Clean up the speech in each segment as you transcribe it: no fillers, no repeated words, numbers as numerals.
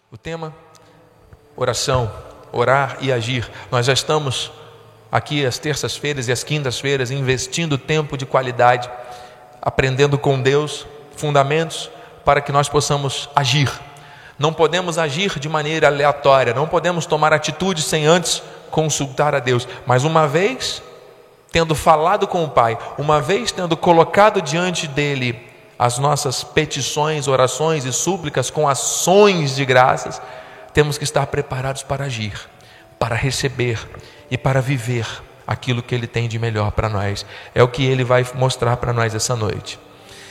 O tema, oração, orar e agir. Nós já estamos aqui às terças-feiras e às quintas-feiras investindo tempo de qualidade, aprendendo com Deus fundamentos para que nós possamos agir. Não podemos agir de maneira aleatória, não podemos tomar atitude sem antes consultar a Deus. Mas uma vez tendo falado com o Pai, uma vez tendo colocado diante dele as nossas petições, orações e súplicas com ações de graças, temos que estar preparados para agir, para receber e para viver aquilo que Ele tem de melhor para nós. É o que Ele vai mostrar para nós essa noite.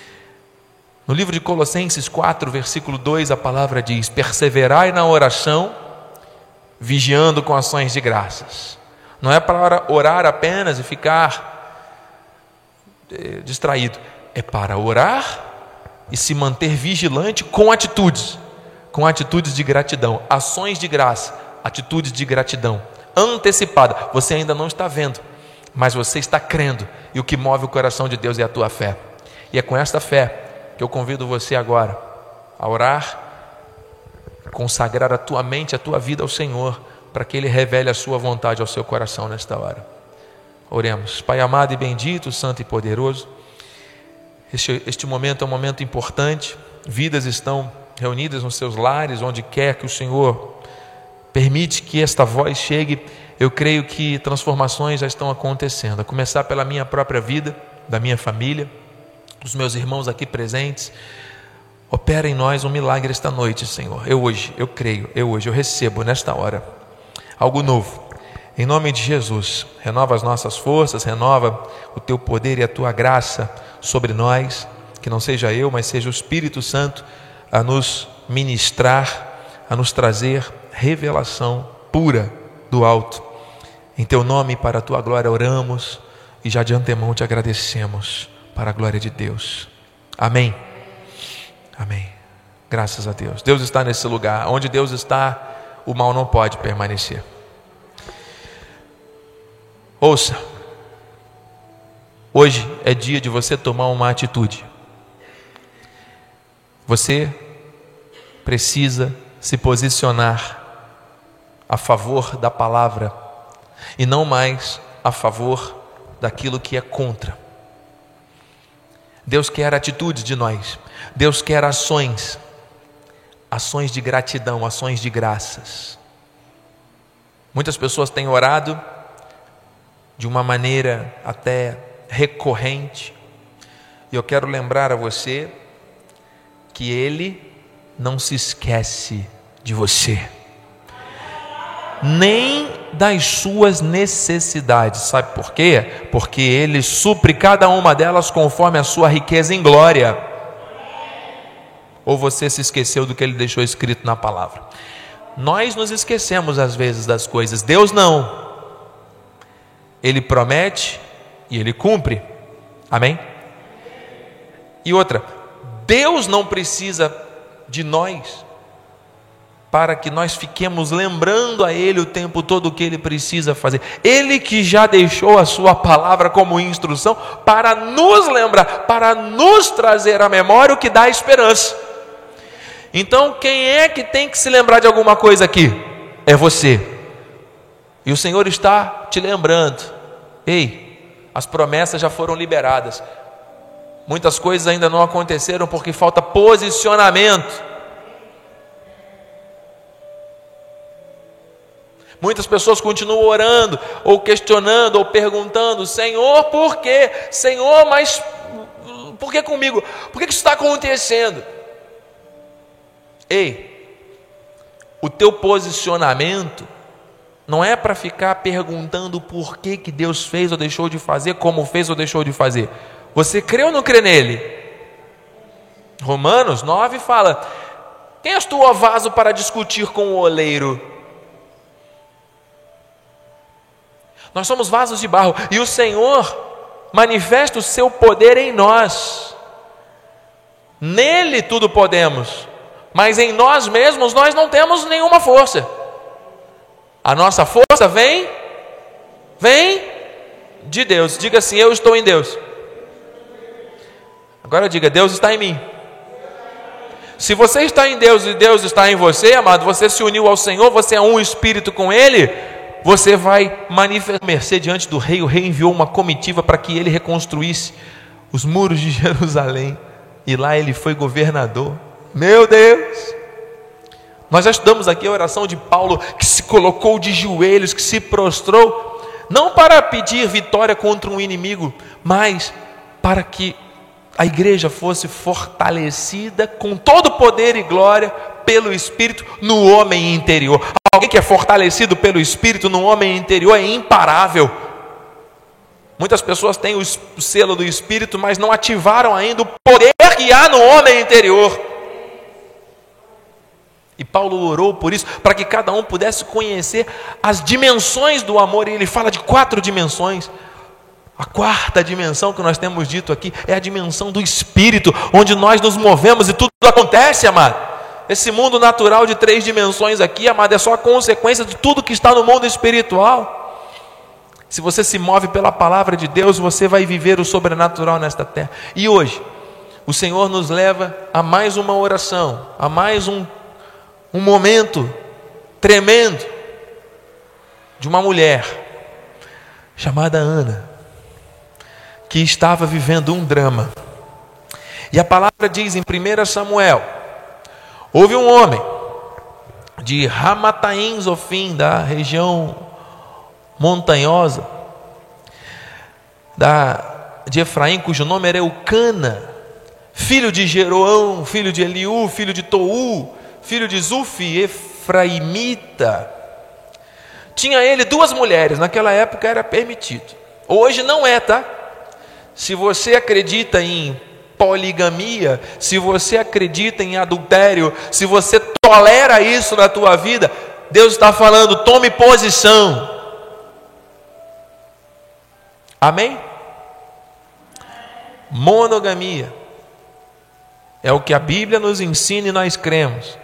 No livro de Colossenses 4, versículo 2, a palavra diz: perseverai na oração, vigiando com ações de graças. Não é para orar apenas e ficar distraído. É para orar e se manter vigilante com atitudes de gratidão, ações de graça, atitudes de gratidão, antecipada. Você ainda não está vendo, mas você está crendo, e o que move o coração de Deus é a tua fé. E é com esta fé que eu convido você agora a orar, consagrar a tua mente, a tua vida ao Senhor, para que Ele revele a sua vontade ao seu coração nesta hora. Oremos. Pai amado e bendito, santo e poderoso, este momento é um momento importante. Vidas estão reunidas nos seus lares, onde quer que o Senhor permite que esta voz chegue. Eu creio que transformações já estão acontecendo, a começar pela minha própria vida, da minha família, dos meus irmãos aqui presentes. Opera em nós um milagre esta noite, Senhor. Eu recebo nesta hora algo novo. Em nome de Jesus, renova as nossas forças, renova o Teu poder e a Tua graça sobre nós, que não seja eu, mas seja o Espírito Santo a nos ministrar, a nos trazer revelação pura do alto. Em Teu nome, para a Tua glória, oramos e já de antemão Te agradecemos, para a glória de Deus. Amém. Amém. Graças a Deus. Deus está nesse lugar. Onde Deus está, o mal não pode permanecer. Ouça, hoje é dia de você tomar uma atitude. Você precisa se posicionar a favor da palavra e não mais a favor daquilo que é contra. Deus quer atitudes de nós. Deus quer ações de gratidão, ações de graças. Muitas pessoas têm orado de uma maneira até recorrente, e eu quero lembrar a você que Ele não se esquece de você, nem das suas necessidades. Sabe por quê? Porque Ele supre cada uma delas conforme a sua riqueza em glória. Ou você se esqueceu do que Ele deixou escrito na palavra? Nós nos esquecemos às vezes das coisas, Deus não. Ele promete e Ele cumpre. Amém? E outra, Deus não precisa de nós para que nós fiquemos lembrando a Ele o tempo todo o que Ele precisa fazer. Ele que já deixou a sua palavra como instrução para nos lembrar, para nos trazer à memória o que dá esperança. Então, quem é que tem que se lembrar de alguma coisa aqui? É você. E o Senhor está te lembrando: ei, as promessas já foram liberadas. Muitas coisas ainda não aconteceram porque falta posicionamento. Muitas pessoas continuam orando, ou questionando, ou perguntando: Senhor, por quê? Senhor, mas por que comigo? Por que isso está acontecendo? Ei, o teu posicionamento não é para ficar perguntando por que Deus fez ou deixou de fazer, como fez ou deixou de fazer. Você crê ou não crê nele? Romanos 9 fala: quem és tu, ó vaso, para discutir com o oleiro? Nós somos vasos de barro e o Senhor manifesta o seu poder em nós. Nele tudo podemos, mas em nós mesmos nós não temos nenhuma força. A nossa força vem de Deus. Diga assim: eu estou em Deus. Agora diga: Deus está em mim. Se você está em Deus e Deus está em você, amado, você se uniu ao Senhor, você é um espírito com Ele, você vai manifestar mercê diante do rei. O rei enviou uma comitiva para que ele reconstruísse os muros de Jerusalém, e lá ele foi governador. Meu Deus! Nós já estudamos aqui a oração de Paulo, que se colocou de joelhos, que se prostrou, não para pedir vitória contra um inimigo, mas para que a igreja fosse fortalecida com todo poder e glória pelo Espírito no homem interior. Alguém que é fortalecido pelo Espírito no homem interior é imparável. Muitas pessoas têm o selo do Espírito, mas não ativaram ainda o poder que há no homem interior. E Paulo orou por isso, para que cada um pudesse conhecer as dimensões do amor. E ele fala de 4 dimensões. A 4ª dimensão que nós temos dito aqui é a dimensão do Espírito, onde nós nos movemos e tudo acontece, amado. Esse mundo natural de 3 dimensões aqui, amado, é só a consequência de tudo que está no mundo espiritual. Se você se move pela palavra de Deus, você vai viver o sobrenatural nesta terra. E hoje, o Senhor nos leva a mais uma oração, a mais um momento tremendo de uma mulher chamada Ana, que estava vivendo um drama. E a palavra diz em 1 Samuel: houve um homem de Ramataim Zofim, da região montanhosa de Efraim, cujo nome era Eucana, filho de Jeroão, filho de Eliú, filho de Tou, filho de Zufi, efraimita. Tinha ele 2 mulheres. Naquela época era permitido, hoje não é, tá? Se você acredita em poligamia, se você acredita em adultério, se você tolera isso na tua vida, Deus está falando: tome posição. Amém? Monogamia é o que a Bíblia nos ensina e nós cremos.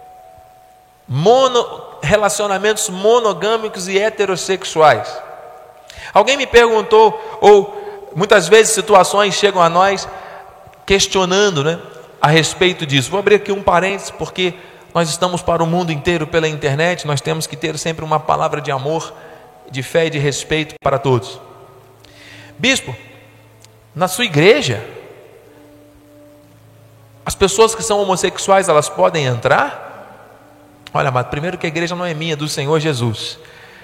Relacionamentos monogâmicos e heterossexuais. Alguém me perguntou, ou muitas vezes situações chegam a nós questionando, a respeito disso. Vou abrir aqui um parênteses, porque nós estamos para o mundo inteiro pela internet. Nós temos que ter sempre uma palavra de amor, de fé e de respeito para todos. Bispo, na sua igreja, as pessoas que são homossexuais, elas podem entrar? Olha, amado, primeiro que a igreja não é minha, é do Senhor Jesus.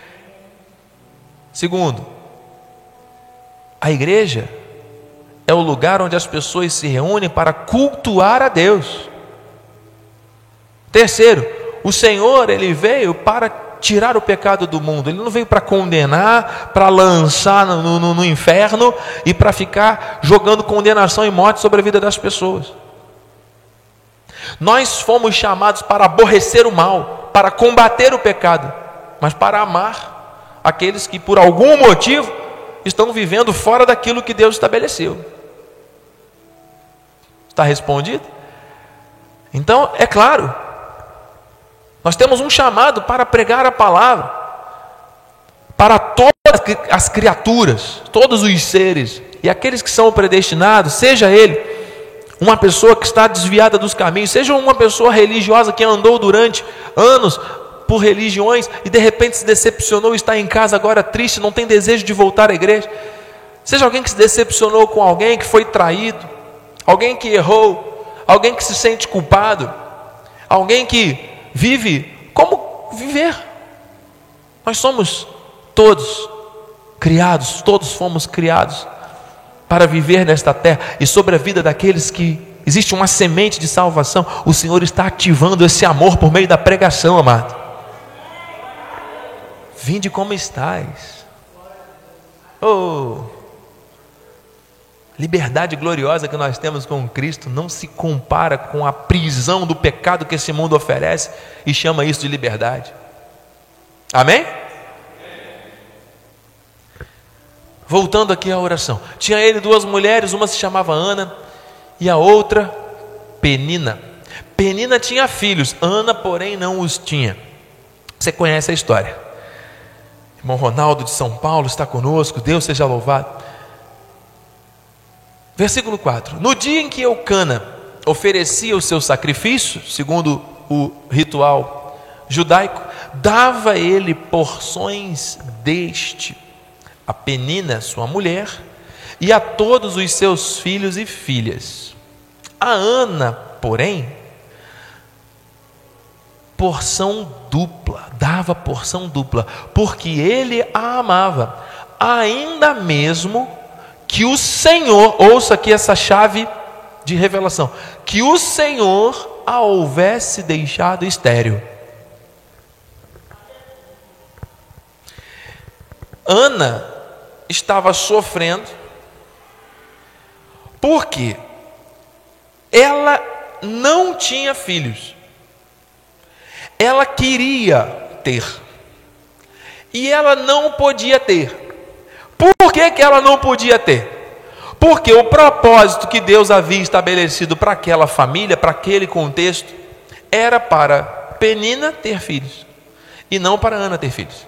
Segundo, a igreja é o lugar onde as pessoas se reúnem para cultuar a Deus. Terceiro, o Senhor, Ele veio para tirar o pecado do mundo. Ele não veio para condenar, para lançar no inferno e para ficar jogando condenação e morte sobre a vida das pessoas. Nós fomos chamados para aborrecer o mal, para combater o pecado, mas para amar aqueles que por algum motivo estão vivendo fora daquilo que Deus estabeleceu. Está respondido? Então, é claro, nós temos um chamado para pregar a palavra para todas as criaturas, todos os seres, e aqueles que são predestinados, seja ele uma pessoa que está desviada dos caminhos, seja uma pessoa religiosa que andou durante anos por religiões e de repente se decepcionou, está em casa agora triste, não tem desejo de voltar à igreja, seja alguém que se decepcionou com alguém, que foi traído, alguém que errou, alguém que se sente culpado, alguém que vive como viver. Nós somos todos criados, todos fomos criados para viver nesta terra, e sobre a vida daqueles que existe uma semente de salvação, o Senhor está ativando esse amor por meio da pregação, amado. Vinde como estais. Oh, liberdade gloriosa que nós temos com Cristo não se compara com a prisão do pecado que esse mundo oferece e chama isso de liberdade. Amém? Voltando aqui à oração, tinha ele 2 mulheres, uma se chamava Ana e a outra Penina. Penina tinha filhos, Ana porém não os tinha. Você conhece a história. Irmão Ronaldo de São Paulo está conosco, Deus seja louvado. Versículo 4: no dia em que Eucana oferecia o seu sacrifício, segundo o ritual judaico, dava ele porções deste a Penina, sua mulher, e a todos os seus filhos e filhas. A Ana, porém, porção dupla, dava porção dupla, porque ele a amava, ainda mesmo que o Senhor, ouça aqui essa chave de revelação, que o Senhor a houvesse deixado estéril. Ana estava sofrendo, porque ela não tinha filhos. Ela queria ter, e ela não podia ter. Por que ela não podia ter? Porque o propósito que Deus havia estabelecido para aquela família, para aquele contexto, era para Penina ter filhos, e não para Ana ter filhos.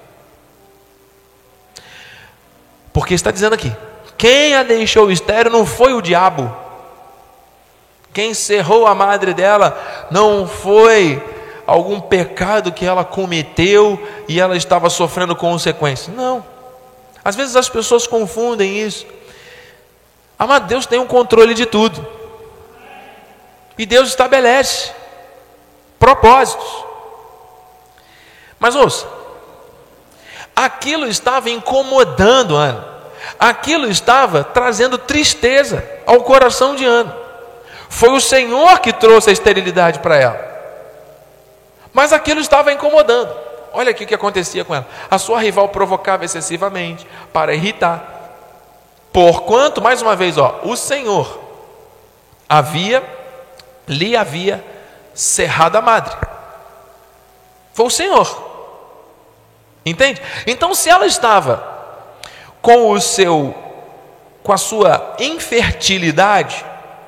Porque está dizendo aqui, quem a deixou estéril não foi o diabo. Quem cerrou a madre dela não foi algum pecado que ela cometeu e ela estava sofrendo consequências. Não. Às vezes as pessoas confundem isso. Amado, Deus tem um controle de tudo. E Deus estabelece propósitos. Mas ouça, aquilo estava incomodando Ana. Aquilo estava trazendo tristeza ao coração de Ana. Foi o Senhor que trouxe a esterilidade para ela. Mas aquilo estava incomodando. Olha aqui o que acontecia com ela. A sua rival provocava excessivamente para irritar. Porquanto, mais uma vez, o Senhor lhe havia cerrado a madre. Foi o Senhor. Entende? Então, se ela estava com a sua infertilidade,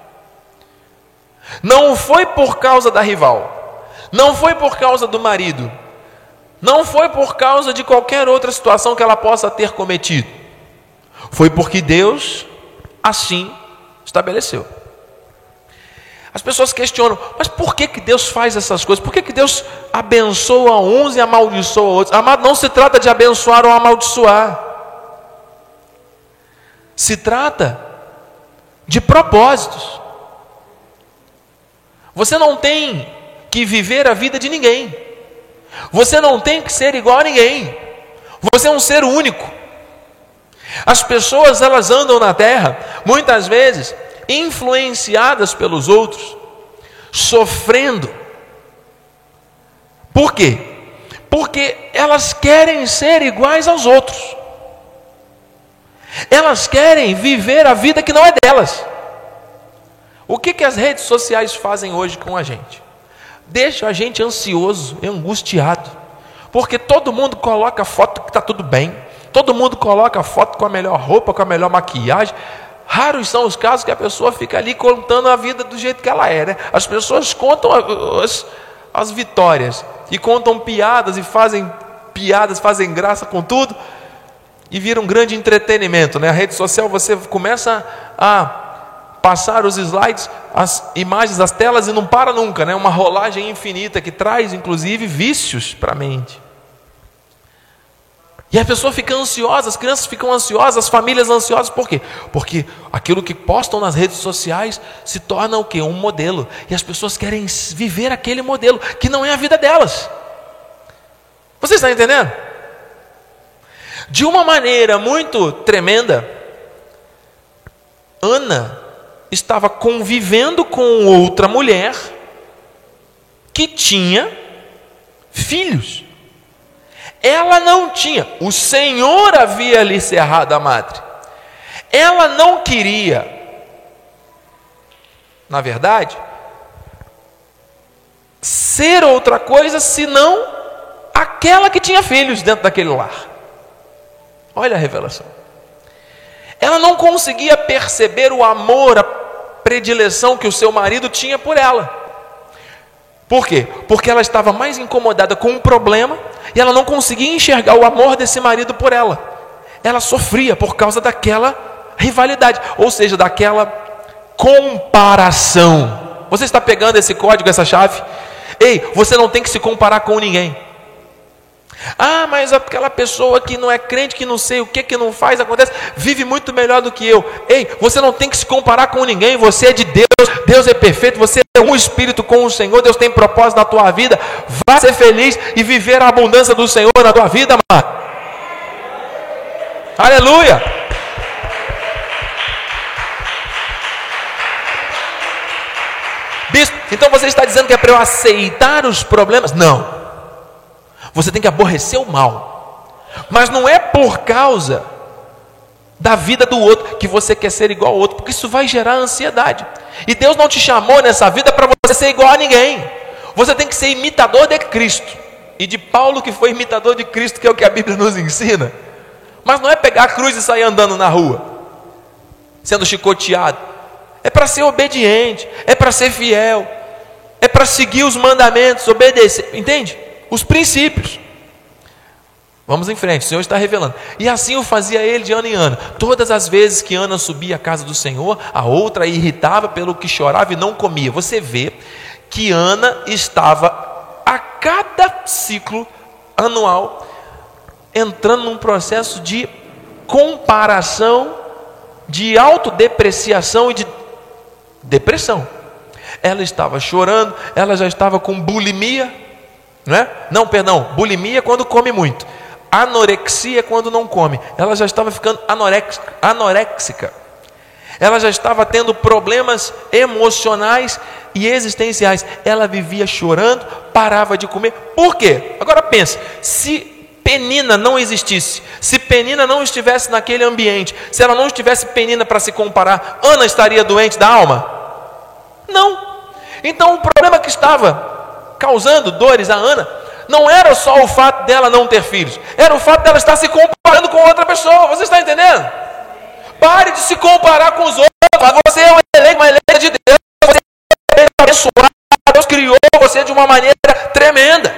não foi por causa da rival, não foi por causa do marido, não foi por causa de qualquer outra situação que ela possa ter cometido. Foi porque Deus assim estabeleceu. As pessoas questionam, mas por que Deus faz essas coisas? Por que Deus abençoa uns e amaldiçoa outros? Amado, não se trata de abençoar ou amaldiçoar. Se trata de propósitos. Você não tem que viver a vida de ninguém. Você não tem que ser igual a ninguém. Você é um ser único. As pessoas, elas andam na terra, muitas vezes, influenciadas pelos outros, sofrendo. Por quê? Porque elas querem ser iguais aos outros. Elas querem viver a vida que não é delas. O que as redes sociais fazem hoje com a gente? Deixa a gente ansioso, angustiado, porque todo mundo coloca foto que está tudo bem, todo mundo coloca foto com a melhor roupa, com a melhor maquiagem. Raros são os casos que a pessoa fica ali contando a vida do jeito que ela é, né? As pessoas contam as vitórias, e contam piadas, e fazem piadas, fazem graça com tudo, e vira um grande entretenimento, né? A rede social, você começa a passar os slides, as imagens, as telas, e não para nunca, né? Uma rolagem infinita que traz, inclusive, vícios para a mente. E a pessoa fica ansiosa, as crianças ficam ansiosas, as famílias ansiosas, por quê? Porque aquilo que postam nas redes sociais se torna o quê? Um modelo. E as pessoas querem viver aquele modelo, que não é a vida delas. Você está entendendo? De uma maneira muito tremenda, Ana estava convivendo com outra mulher que tinha filhos. Ela não tinha, o Senhor havia lhe cerrado a madre. Ela não queria, na verdade, ser outra coisa senão aquela que tinha filhos dentro daquele lar. Olha a revelação. Ela não conseguia perceber o amor, a predileção que o seu marido tinha por ela. Por quê? Porque ela estava mais incomodada com um problema e ela não conseguia enxergar o amor desse marido por ela. Ela sofria por causa daquela rivalidade, ou seja, daquela comparação. Você está pegando esse código, essa chave? Ei, você não tem que se comparar com ninguém. Ah, mas aquela pessoa que não é crente, que não sei o que não faz, acontece, vive muito melhor do que eu. Ei, você não tem que se comparar com ninguém. Você é de Deus, Deus é perfeito, você é um espírito com o Senhor, Deus tem propósito na tua vida. Vá ser feliz e viver a abundância do Senhor na tua vida, mano. Aleluia! Bispo, então você está dizendo que é para eu aceitar os problemas? Não. Você tem que aborrecer o mal. Mas não é por causa da vida do outro que você quer ser igual ao outro, porque isso vai gerar ansiedade. E Deus não te chamou nessa vida para você ser igual a ninguém. Você tem que ser imitador de Cristo. E de Paulo, que foi imitador de Cristo, que é o que a Bíblia nos ensina. Mas não é pegar a cruz e sair andando na rua, sendo chicoteado. É para ser obediente, é para ser fiel, é para seguir os mandamentos, obedecer, entende? Os princípios. Vamos em frente, o Senhor está revelando. E assim o fazia ele de ano em ano. Todas as vezes que Ana subia à casa do Senhor, a outra irritava pelo que chorava e não comia. Você vê que Ana estava a cada ciclo anual entrando num processo de comparação, de autodepreciação e de depressão. Ela estava chorando, ela já estava com bulimia, não é? Não, perdão, bulimia é quando come muito. Anorexia é quando não come. Ela já estava ficando anoréxica. Ela já estava tendo problemas emocionais e existenciais. Ela vivia chorando, parava de comer. Por quê? Agora pense, se Penina não existisse, se Penina não estivesse naquele ambiente, se ela não estivesse Penina para se comparar, Ana estaria doente da alma? Não. Então o problema que estava causando dores a Ana não era só o fato dela não ter filhos, era o fato dela estar se comparando com outra pessoa. Você está entendendo? Pare de se comparar com os outros. Você é uma eleita de Deus, você é abençoado, Deus criou você de uma maneira tremenda.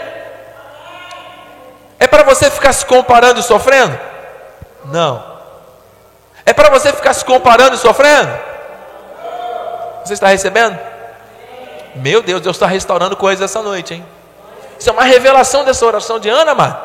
É para você ficar se comparando e sofrendo? Não. É para você ficar se comparando e sofrendo? Você está recebendo? Meu Deus, Deus está restaurando coisas essa noite, hein? Isso é uma revelação dessa oração de Ana, mano.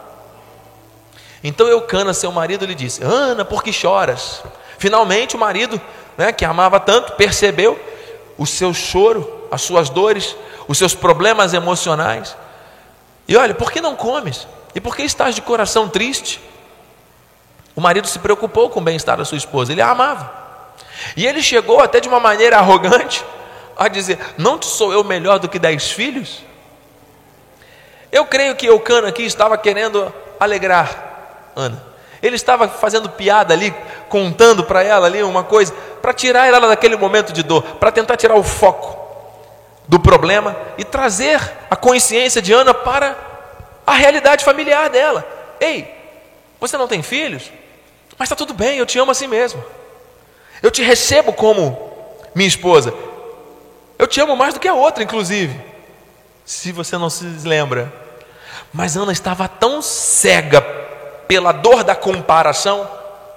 Então Eucana, seu marido, lhe disse: Ana, por que choras? Finalmente o marido, né, que amava tanto, percebeu o seu choro, as suas dores, os seus problemas emocionais. E olha, por que não comes? E por que estás de coração triste? O marido se preocupou com o bem-estar da sua esposa, ele a amava. E ele chegou até de uma maneira arrogante a dizer: não sou eu melhor do que 10 filhos? Eu creio que Eucana aqui estava querendo alegrar Ana. Ele estava fazendo piada ali, contando para ela ali uma coisa, para tirar ela daquele momento de dor, para tentar tirar o foco do problema e trazer a consciência de Ana para a realidade familiar dela. Ei, você não tem filhos? Mas está tudo bem, eu te amo assim mesmo. Eu te recebo como minha esposa. Eu te amo mais do que a outra, inclusive, se você não se lembra. Mas Ana estava tão cega pela dor da comparação.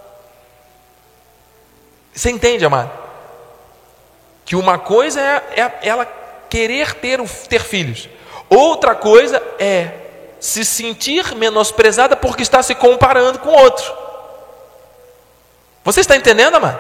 Você entende, amado? Que uma coisa é ela querer ter filhos. Outra coisa é se sentir menosprezada porque está se comparando com outro. Você está entendendo, amado?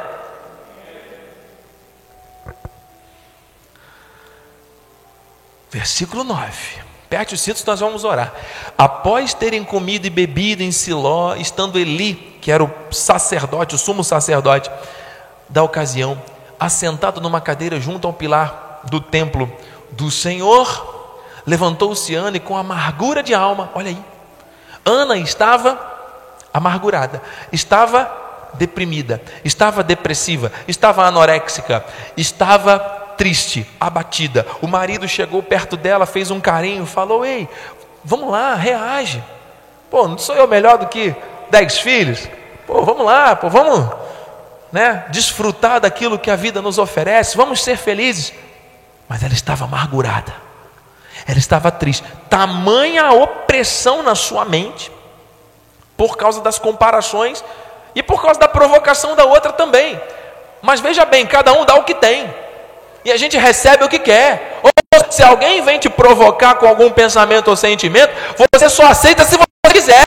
Versículo 9. Aperte os cintos, nós vamos orar. Após terem comido e bebido em Siló, estando Eli, que era o sacerdote, o sumo sacerdote da ocasião, assentado numa cadeira junto ao pilar do templo do Senhor, levantou-se Ana e com amargura de alma, olha aí, Ana estava amargurada, estava deprimida, estava depressiva, estava anoréxica, estava triste, abatida. O marido chegou perto dela, fez um carinho, falou: ei, vamos lá, reage. Pô, não sou eu melhor do que 10 filhos? Pô, vamos lá, pô, vamos, né, desfrutar daquilo que a vida nos oferece, vamos ser felizes. Mas ela estava amargurada, ela estava triste, tamanha a opressão na sua mente, por causa das comparações e por causa da provocação da outra também. Mas veja bem, cada um dá o que tem. E a gente recebe o que quer. Ou se alguém vem te provocar com algum pensamento ou sentimento, você só aceita se você quiser.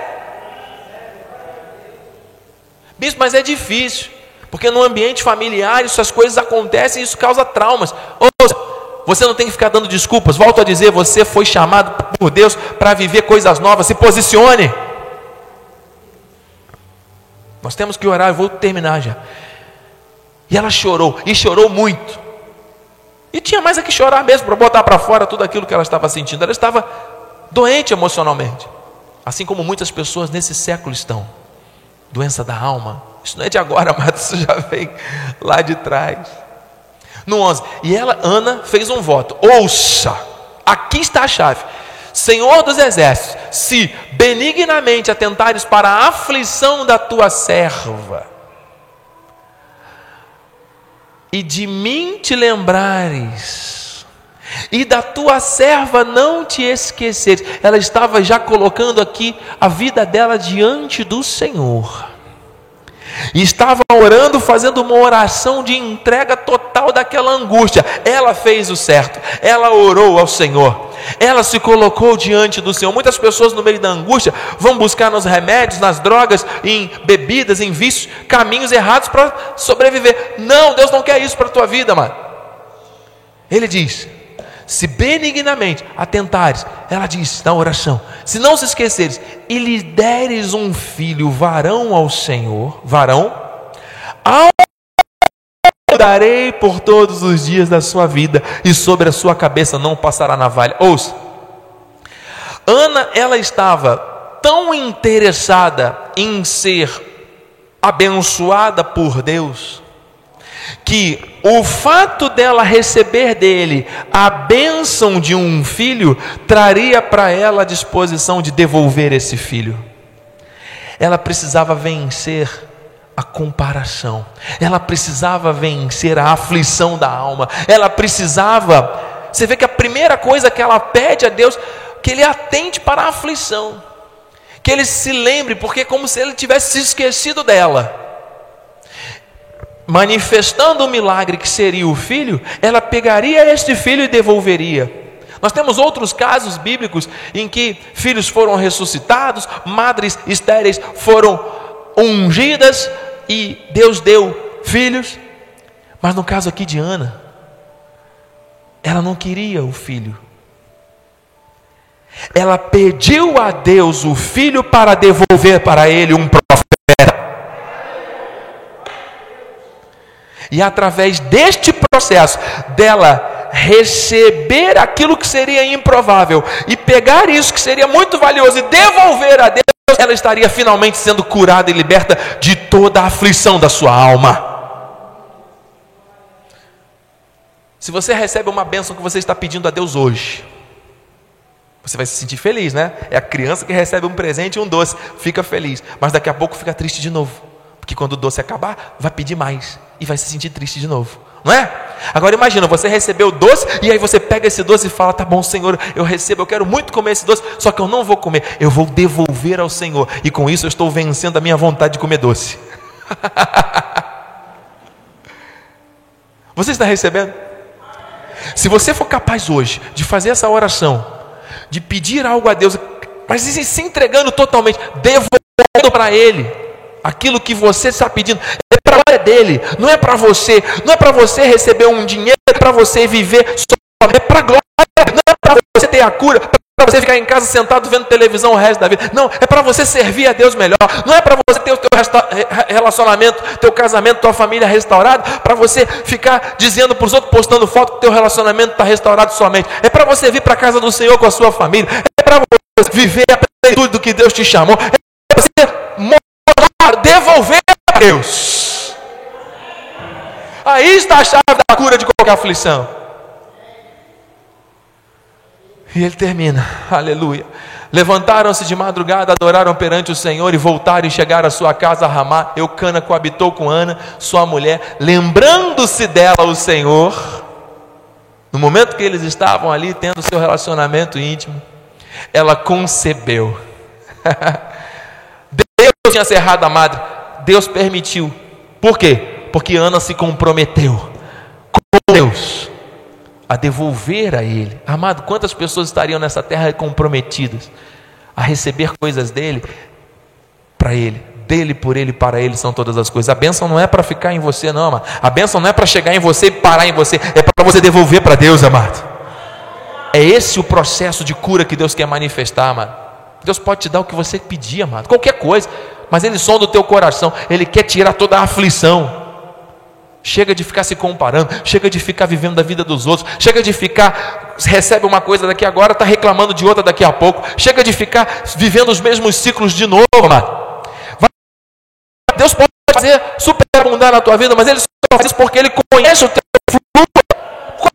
Bispo, mas é difícil, porque no ambiente familiar essas coisas acontecem e isso causa traumas. Ouça, você não tem que ficar dando desculpas. Volto a dizer, você foi chamado por Deus para viver coisas novas. Se posicione. Nós temos que orar, eu vou terminar já. E ela chorou, e chorou muito. E tinha mais a que chorar mesmo, para botar para fora tudo aquilo que ela estava sentindo. Ela estava doente emocionalmente, assim como muitas pessoas nesse século estão. Doença da alma. Isso não é de agora, mas isso já vem lá de trás. No 11, e ela, Ana, fez um voto. Ouça, aqui está a chave. Senhor dos exércitos, se benignamente atentares para a aflição da tua serva, e de mim te lembrares, e da tua serva não te esqueceres. Ela estava já colocando aqui a vida dela diante do Senhor, e estava orando, fazendo uma oração de entrega total daquela angústia. Ela fez o certo, ela orou ao Senhor, ela se colocou diante do Senhor. Muitas pessoas no meio da angústia vão buscar nos remédios, nas drogas, em bebidas, em vícios, caminhos errados para sobreviver. Não, Deus não quer isso para a tua vida, mano. Ele diz, se benignamente atentares, ela diz na oração, se não se esqueceres, e lhe deres um filho varão ao Senhor, varão, ao darei por todos os dias da sua vida, e sobre a sua cabeça não passará navalha. Ouça, Ana, ela estava tão interessada em ser abençoada por Deus, que o fato dela receber dele a bênção de um filho, traria para ela a disposição de devolver esse filho. Ela precisava vencer a comparação, ela precisava vencer a aflição da alma, ela precisava, você vê que a primeira coisa que ela pede a Deus, que ele atente para a aflição, que ele se lembre, porque é como se ele tivesse se esquecido dela. Manifestando o milagre que seria o filho, ela pegaria este filho e devolveria. Nós temos outros casos bíblicos em que filhos foram ressuscitados, madres estéreis foram ungidas e Deus deu filhos. Mas no caso aqui de Ana, ela não queria o filho. Ela pediu a Deus o filho para devolver para ele um profeta. E através deste processo dela receber aquilo que seria improvável e pegar isso que seria muito valioso e devolver a Deus, ela estaria finalmente sendo curada e liberta de toda a aflição da sua alma. Se você recebe uma bênção que você está pedindo a Deus hoje, você vai se sentir feliz, né? É a criança que recebe um presente e um doce, fica feliz, mas daqui a pouco fica triste de novo, porque quando o doce acabar, vai pedir mais e vai se sentir triste de novo, não é? Agora imagina, você recebeu o doce e aí você pega esse doce e fala, tá bom, Senhor, eu recebo, eu quero muito comer esse doce, só que eu não vou comer, eu vou devolver ao Senhor, e com isso eu estou vencendo a minha vontade de comer doce. Você está recebendo? Se você for capaz hoje de fazer essa oração, de pedir algo a Deus, mas se entregando totalmente, devolvendo para Ele aquilo que você está pedindo, é para a glória dele, não é para você, não é para você receber um dinheiro, é para você viver só, é para a glória, não é para você ter a cura, para você ficar em casa sentado vendo televisão o resto da vida, não, é para você servir a Deus melhor, não é para você ter o teu relacionamento, teu casamento, tua família restaurado, para você ficar dizendo para os outros, postando foto que teu relacionamento está restaurado somente, é para você vir para a casa do Senhor com a sua família, é para você viver a plenitude do que Deus te chamou, é para você devolver a Deus. Aí está a chave da cura de qualquer aflição. E ele termina, aleluia. Levantaram-se de madrugada, adoraram perante o Senhor e voltaram e chegaram à sua casa a Ramá. Eucana coabitou com Ana, sua mulher, lembrando-se dela o Senhor, no momento que eles estavam ali tendo seu relacionamento íntimo, ela concebeu. Deus tinha cerrado a madre, Deus permitiu. Por quê? Porque Ana se comprometeu. Deus a devolver a Ele. Amado, quantas pessoas estariam nessa terra comprometidas a receber coisas dele, para Ele, dele, por Ele, para Ele são todas as coisas. A bênção não é para ficar em você não, amado. A bênção não é para chegar em você e parar em você, é para você devolver para Deus, amado. É esse o processo de cura que Deus quer manifestar, amado. Deus pode te dar o que você pedir, amado, qualquer coisa, mas Ele sonda o teu coração, Ele quer tirar toda a aflição. Chega de ficar se comparando, chega de ficar vivendo da vida dos outros, chega de ficar, recebe uma coisa daqui agora, está reclamando de outra daqui a pouco, chega de ficar vivendo os mesmos ciclos de novo, amado. Deus pode fazer superabundar na tua vida, mas Ele só faz isso porque Ele conhece o teu fluxo.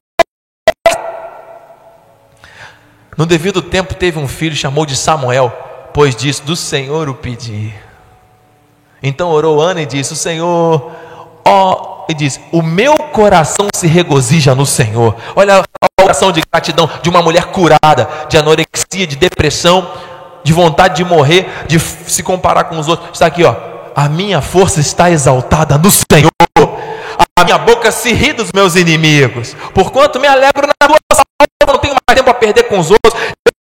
No devido tempo teve um filho, chamou de Samuel, pois disse, do Senhor o pedi. Então orou Ana e disse, o Senhor, e diz, o meu coração se regozija no Senhor. Olha a oração de gratidão de uma mulher curada, de anorexia, de depressão, de vontade de morrer, de se comparar com os outros. Está aqui, ó. A minha força está exaltada no Senhor. A minha boca se ri dos meus inimigos. Porquanto me alegro na tua salvação. Não tenho mais tempo a perder com os outros.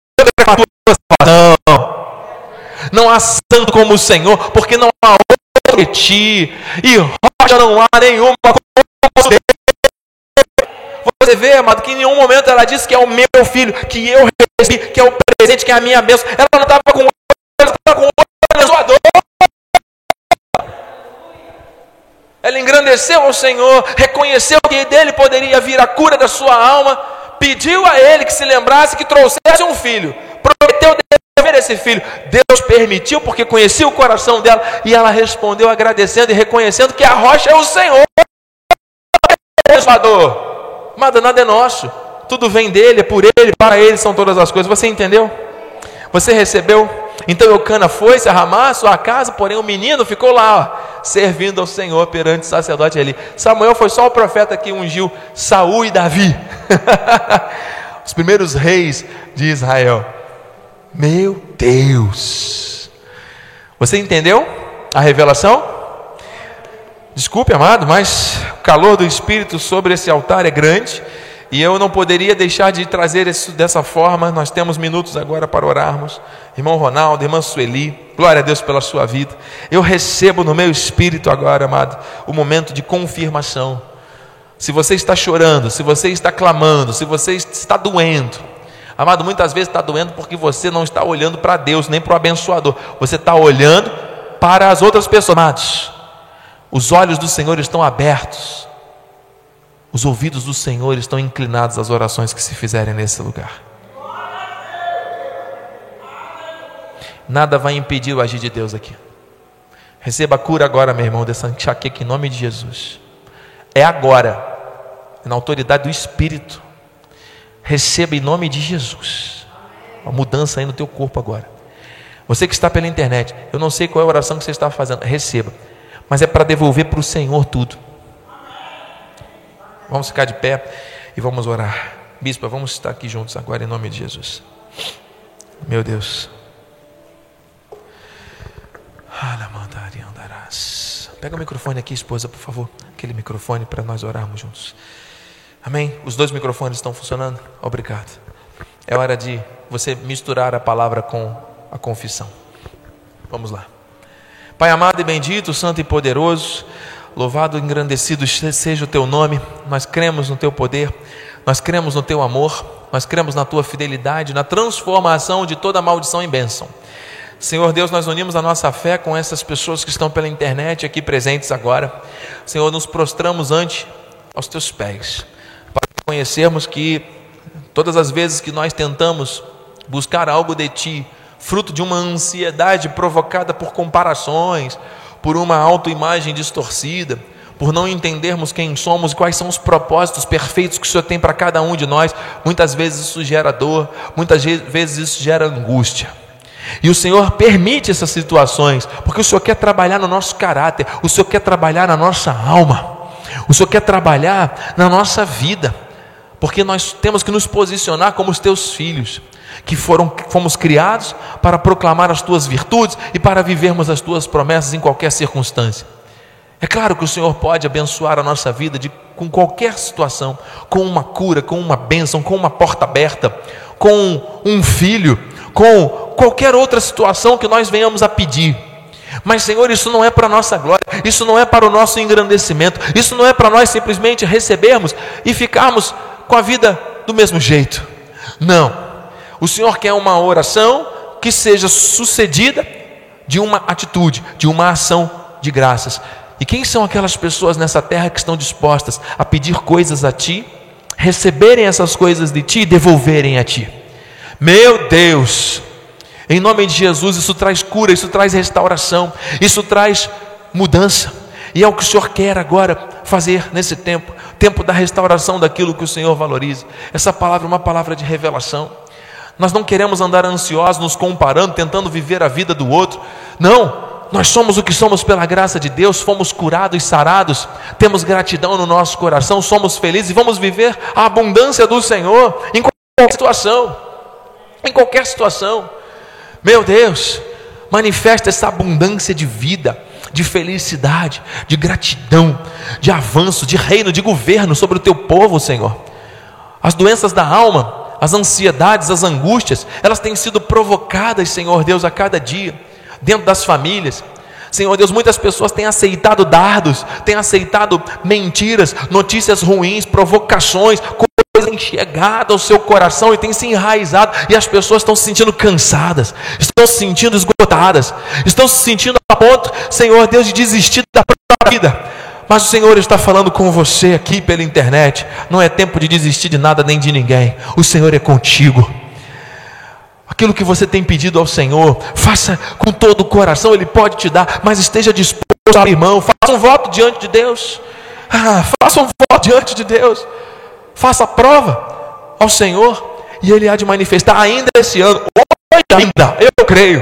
Não há santo como o Senhor, porque não há outro que ti, e rocha não há nenhuma como você. Você vê, amado, que em nenhum momento ela disse que é o meu filho, que eu recebi, que é o presente, que é a minha bênção. Ela não estava com outro, ela estava com outro abençoador. Ela engrandeceu ao Senhor, reconheceu que dele poderia vir a cura da sua alma, pediu a Ele que se lembrasse, que trouxesse um filho, prometeu devolver esse filho. Deus permitiu porque conhecia o coração dela, e ela respondeu agradecendo e reconhecendo que a rocha é o Senhor, abençoador. Amado, nada é nosso, tudo vem dele, é por ele, para ele são todas as coisas. Você entendeu? Você recebeu? Então Eucana foi se arramar a sua casa, porém o menino ficou lá, ó, servindo ao Senhor perante o sacerdote ali. Samuel foi só o profeta que ungiu Saul e Davi, os primeiros reis de Israel. Meu Deus! Você entendeu a revelação? Desculpe, amado, mas o calor do Espírito sobre esse altar é grande, e eu não poderia deixar de trazer isso dessa forma. Nós temos minutos agora para orarmos. Irmão Ronaldo, irmã Sueli, glória a Deus pela sua vida. Eu recebo no meu espírito agora, amado, o momento de confirmação. Se você está chorando, se você está clamando, se você está doendo, amado, muitas vezes está doendo porque você não está olhando para Deus, nem para o abençoador. Você está olhando para as outras pessoas. Amados, os olhos do Senhor estão abertos. Os ouvidos do Senhor estão inclinados às orações que se fizerem nesse lugar. Nada vai impedir o agir de Deus aqui. Receba a cura agora, meu irmão, dessa enxaqueca em nome de Jesus. É agora, na autoridade do Espírito. Receba em nome de Jesus uma mudança aí no teu corpo agora. Você que está pela internet, eu não sei qual é a oração que você está fazendo, receba, mas é para devolver para o Senhor tudo. Vamos ficar de pé e vamos orar. Bispo, vamos estar aqui juntos agora em nome de Jesus. Meu Deus. Pega o microfone aqui, esposa, por favor. Aquele microfone para nós orarmos juntos. Amém? Os dois microfones estão funcionando? Obrigado. É hora de você misturar a palavra com a confissão. Vamos lá. Pai amado e bendito, santo e poderoso, louvado e engrandecido seja o teu nome. Nós cremos no teu poder, nós cremos no teu amor, nós cremos na tua fidelidade, na transformação de toda maldição em bênção. Senhor Deus, nós unimos a nossa fé com essas pessoas que estão pela internet aqui presentes agora. Senhor, nos prostramos aos teus pés, para conhecermos que todas as vezes que nós tentamos buscar algo de ti, fruto de uma ansiedade provocada por comparações, por uma autoimagem distorcida, por não entendermos quem somos e quais são os propósitos perfeitos que o Senhor tem para cada um de nós, muitas vezes isso gera dor, muitas vezes isso gera angústia. E o Senhor permite essas situações, porque o Senhor quer trabalhar no nosso caráter, o Senhor quer trabalhar na nossa alma, o Senhor quer trabalhar na nossa vida, porque nós temos que nos posicionar como os teus filhos, que fomos criados para proclamar as tuas virtudes e para vivermos as tuas promessas em qualquer circunstância. É claro que o Senhor pode abençoar a nossa vida de com qualquer situação, com uma cura, com uma bênção, com uma porta aberta, com um filho, com qualquer outra situação que nós venhamos a pedir. Mas, Senhor, isso não é para a nossa glória, isso não é para o nosso engrandecimento, isso não é para nós simplesmente recebermos e ficarmos com a vida do mesmo jeito. Não. O Senhor quer uma oração que seja sucedida de uma atitude, de uma ação de graças. E quem são aquelas pessoas nessa terra que estão dispostas a pedir coisas a Ti, receberem essas coisas de Ti e devolverem a Ti? Meu Deus! Em nome de Jesus, isso traz cura, isso traz restauração, isso traz mudança. E é o que o Senhor quer agora fazer nesse tempo, tempo da restauração daquilo que o Senhor valoriza. Essa palavra é uma palavra de revelação. Nós não queremos andar ansiosos, nos comparando, tentando viver a vida do outro. Não, nós somos o que somos pela graça de Deus, fomos curados e sarados, temos gratidão no nosso coração, somos felizes e vamos viver a abundância do Senhor em qualquer situação. Em qualquer situação. Meu Deus, manifesta essa abundância de vida, de felicidade, de gratidão, de avanço, de reino, de governo sobre o Teu povo, Senhor. As doenças da alma, as ansiedades, as angústias, elas têm sido provocadas, Senhor Deus, a cada dia, dentro das famílias. Senhor Deus, muitas pessoas têm aceitado dardos, têm aceitado mentiras, notícias ruins, provocações, coisa enxergada ao seu coração e tem se enraizado, e as pessoas estão se sentindo cansadas, estão se sentindo esgotadas, estão se sentindo a ponto, Senhor Deus, de desistir da própria vida. Mas o Senhor está falando com você aqui pela internet. Não é tempo de desistir de nada nem de ninguém. O Senhor é contigo. Aquilo que você tem pedido ao Senhor, faça com todo o coração, Ele pode te dar, mas esteja disposto a abrir mão. Faça um voto diante de Deus. Faça um voto diante de Deus. Faça a prova ao Senhor e Ele há de manifestar ainda esse ano, hoje ainda, eu creio,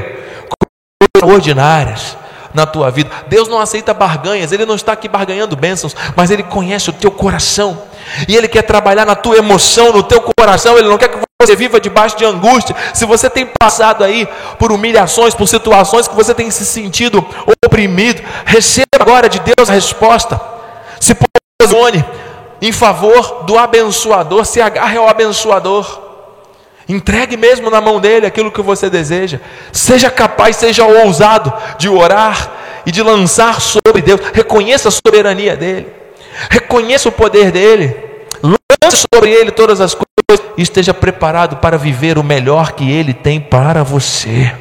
coisas ordinárias na tua vida. Deus não aceita barganhas, Ele não está aqui barganhando bênçãos, mas Ele conhece o teu coração e Ele quer trabalhar na tua emoção, no teu coração. Ele não quer que você viva debaixo de angústia. Se você tem passado aí por humilhações, por situações que você tem se sentido oprimido, receba agora de Deus a resposta. Se posicione em favor do abençoador, se agarre ao abençoador, entregue mesmo na mão dele aquilo que você deseja, seja capaz, seja ousado de orar e de lançar sobre Deus. Reconheça a soberania dele, reconheça o poder dele, lance sobre ele todas as coisas e esteja preparado para viver o melhor que ele tem para você.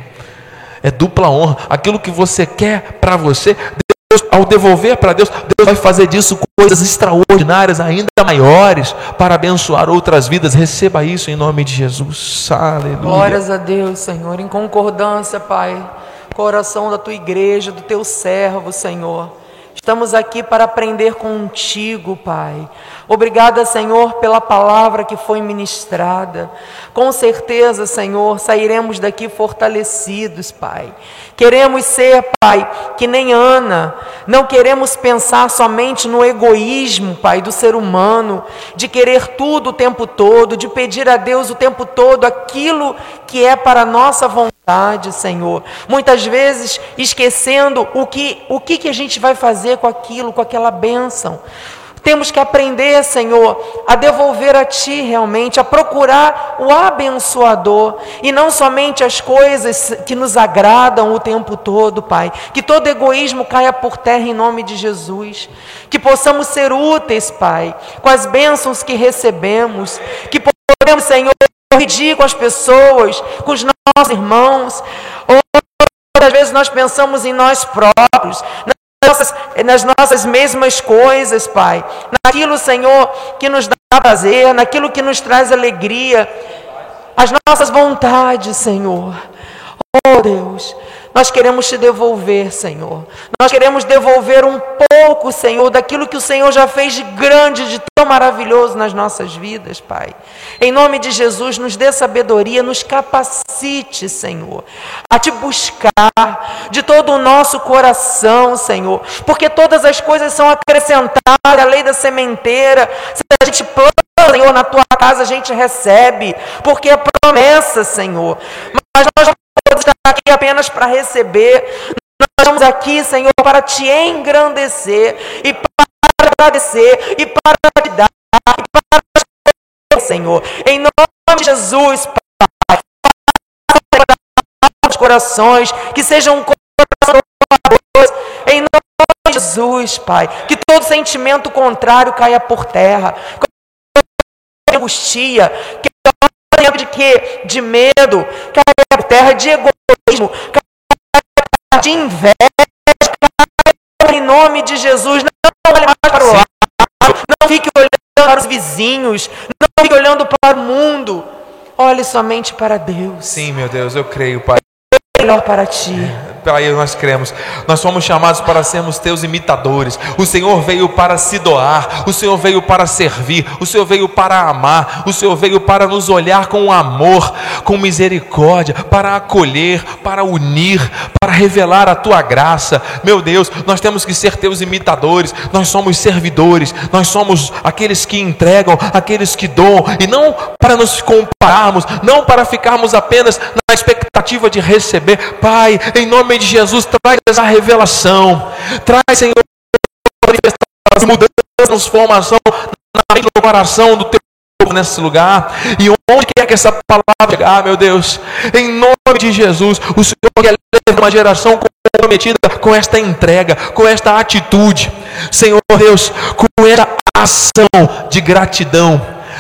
É dupla honra, aquilo que você quer para você, Deus, ao devolver para Deus, Deus vai fazer disso coisas extraordinárias, ainda maiores, para abençoar outras vidas. Receba isso em nome de Jesus. Aleluia. Glórias a Deus, Senhor, em concordância, Pai, com a oração da Tua igreja, do Teu servo, Senhor. Estamos aqui para aprender contigo, Pai. Obrigada, Senhor, pela palavra que foi ministrada. Com certeza, Senhor, sairemos daqui fortalecidos, Pai. Queremos ser, Pai, que nem Ana. Não queremos pensar somente no egoísmo, Pai, do ser humano, de querer tudo o tempo todo, de pedir a Deus o tempo todo aquilo que é para a nossa vontade, Senhor. Muitas vezes esquecendo o que a gente vai fazer com aquilo, com aquela bênção. Temos que aprender, Senhor, a devolver a Ti realmente, a procurar o abençoador e não somente as coisas que nos agradam o tempo todo, Pai. Que todo egoísmo caia por terra em nome de Jesus. Que possamos ser úteis, Pai, com as bênçãos que recebemos. Que podemos, Senhor, dividir com as pessoas, com os nossos irmãos. Outras vezes nós pensamos em nós próprios, nas nossas mesmas coisas, Pai, naquilo, Senhor, que nos dá prazer, naquilo que nos traz alegria, as nossas vontades, Senhor. Oh Deus, nós queremos Te devolver, Senhor. Nós queremos devolver um pouco, Senhor, daquilo que o Senhor já fez de grande, de tão maravilhoso nas nossas vidas, Pai. Em nome de Jesus, nos dê sabedoria, nos capacite, Senhor, a Te buscar de todo o nosso coração, Senhor, porque todas as coisas são acrescentadas, a lei da sementeira. Se a gente planta, Senhor, na Tua casa, a gente recebe, porque é promessa, Senhor. Mas nós não podemos estar aqui apenas para receber. Nós estamos aqui, Senhor, para Te engrandecer e para agradecer e para te dar e para Senhor, em nome de Jesus, Pai, faça os corações que sejam corações em nome de Jesus, Pai, que todo sentimento contrário caia por terra, que angustia, que de medo caia por terra, de egoísmo, de inveja, em nome de Jesus. Não olhe mais para o lado, não fique olhando para os vizinhos, não fique olhando para o mundo, olhe somente para Deus. Sim, meu Deus, eu creio, Pai. Melhor para ti. Pai, nós cremos, nós fomos chamados para sermos teus imitadores. O Senhor veio para se doar, o Senhor veio para servir, o Senhor veio para amar, o Senhor veio para nos olhar com amor, com misericórdia, para acolher, para unir, para revelar a tua graça. Meu Deus, nós temos que ser teus imitadores, nós somos servidores, nós somos aqueles que entregam, aqueles que doam, e não para nos compararmos, não para ficarmos apenas na expectativa de receber. Pai, em nome de Jesus, traz essa revelação, traz, Senhor, mudança, transformação na mente, no coração do teu povo nesse lugar, e onde quer que essa palavra chegar, meu Deus, em nome de Jesus, o Senhor quer levar uma geração comprometida com esta entrega, com esta atitude, Senhor Deus, com esta ação de gratidão,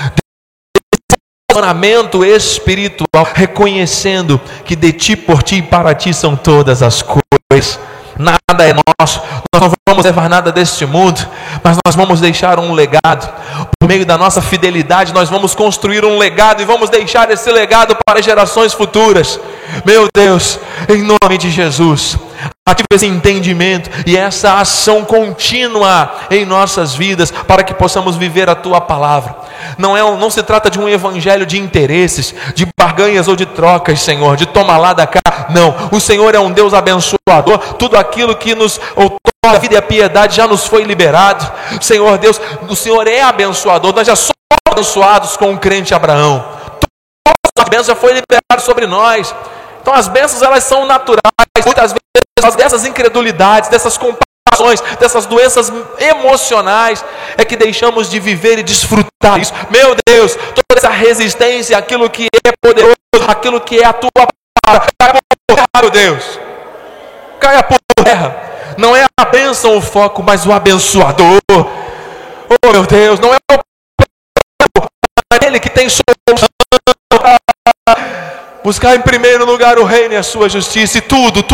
posicionamento espiritual, reconhecendo que de ti, por ti e para ti são todas as coisas. Nada é nosso, nós não vamos levar nada deste mundo, mas nós vamos deixar um legado. Por meio da nossa fidelidade, nós vamos construir um legado e vamos deixar esse legado para gerações futuras. Meu Deus, em nome de Jesus, ative esse entendimento e essa ação contínua em nossas vidas, para que possamos viver a tua palavra. Não se trata de um evangelho de interesses, de barganhas ou de trocas, Senhor, de toma lá da cá. Não, o Senhor é um Deus abençoador. Tudo aquilo que nos outorga a vida e a piedade já nos foi liberado. Senhor Deus, o Senhor é abençoador. Nós já somos abençoados com o crente Abraão. Todas as bênçãos já foi liberado sobre nós. Então as bênçãos, elas são naturais. Muitas vezes dessas incredulidades, dessas comparações, dessas doenças emocionais, é que deixamos de viver e desfrutar isso. Meu Deus, toda essa resistência, aquilo que é poderoso, aquilo que é a tua palavra, caia por terra, meu Deus, caia por terra. Não é a bênção o foco, mas o abençoador. Oh meu Deus, não é ele que tem solução. Buscar em primeiro lugar o reino e a sua justiça, e tudo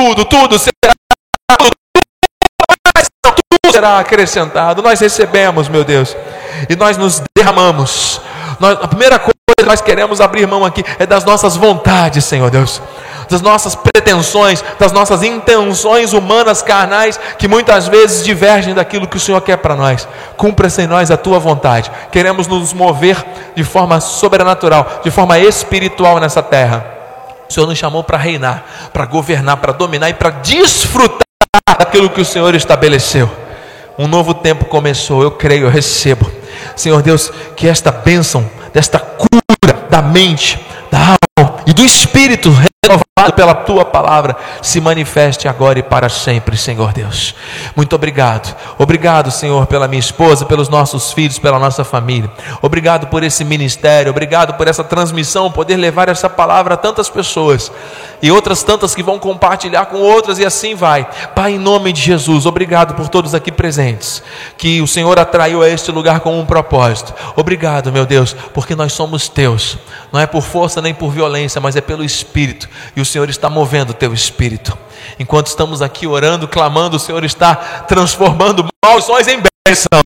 será acrescentado. Nós recebemos, meu Deus, e nós nos derramamos. A primeira coisa que nós queremos abrir mão aqui é das nossas vontades, Senhor Deus, das nossas pretensões, das nossas intenções humanas, carnais, que muitas vezes divergem daquilo que o Senhor quer para nós. Cumpra-se em nós a tua vontade. Queremos nos mover de forma sobrenatural, de forma espiritual nessa terra. O Senhor nos chamou para reinar, para governar, para dominar e para desfrutar daquilo que o Senhor estabeleceu. Um novo tempo começou, eu creio, eu recebo. Senhor Deus, que esta bênção, desta cura da mente, da alma e do espírito renovado pela tua palavra, se manifeste agora e para sempre, Senhor Deus. Muito obrigado. Obrigado, Senhor, pela minha esposa, pelos nossos filhos, pela nossa família. Obrigado por esse ministério, obrigado por essa transmissão, poder levar essa palavra a tantas pessoas e outras tantas que vão compartilhar com outras, e assim vai. Pai, em nome de Jesus, obrigado por todos aqui presentes, que o Senhor atraiu a este lugar com um propósito. Obrigado, meu Deus, porque nós somos teus. Não é por força nem por violência, mas é pelo Espírito, e o Senhor está movendo o teu Espírito. Enquanto estamos aqui orando, clamando, o Senhor está transformando maldições em bênção.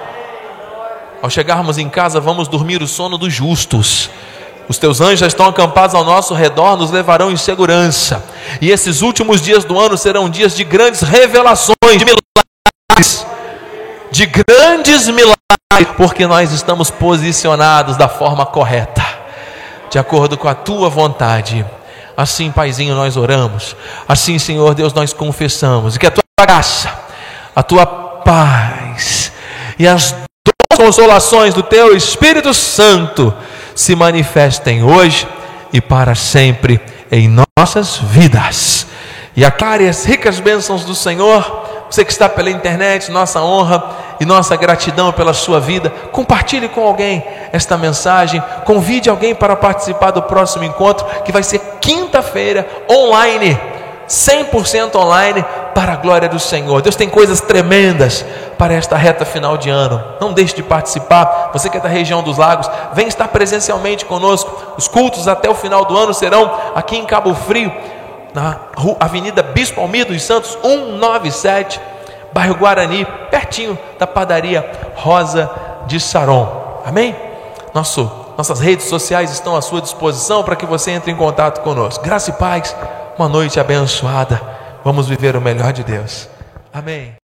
Ao chegarmos em casa, vamos dormir o sono dos justos. Os teus anjos já estão acampados ao nosso redor, nos levarão em segurança. E esses últimos dias do ano serão dias de grandes revelações, de milagres, de grandes milagres, porque nós estamos posicionados da forma correta, de acordo com a tua vontade. Assim, Paizinho, nós oramos. Assim, Senhor Deus, nós confessamos. E que a tua graça, a tua paz e as duas consolações do teu Espírito Santo se manifestem hoje e para sempre em nossas vidas. E aclare as ricas bênçãos do Senhor Você que está pela internet, nossa honra e nossa gratidão pela sua vida. Compartilhe com alguém esta mensagem. Convide alguém para participar do próximo encontro, que vai ser quinta-feira, online, 100% online, para a glória do Senhor. Deus tem coisas tremendas para esta reta final de ano. Não deixe de participar. Você que é da região dos Lagos, vem estar presencialmente conosco. Os cultos até o final do ano serão aqui em Cabo Frio, na Avenida Bispo Almir dos Santos 197, bairro Guarani, pertinho da padaria Rosa de Saron. Amém? Nossas redes sociais estão à sua disposição para que você entre em contato conosco. Graça e paz, uma noite abençoada. Vamos viver o melhor de Deus. Amém.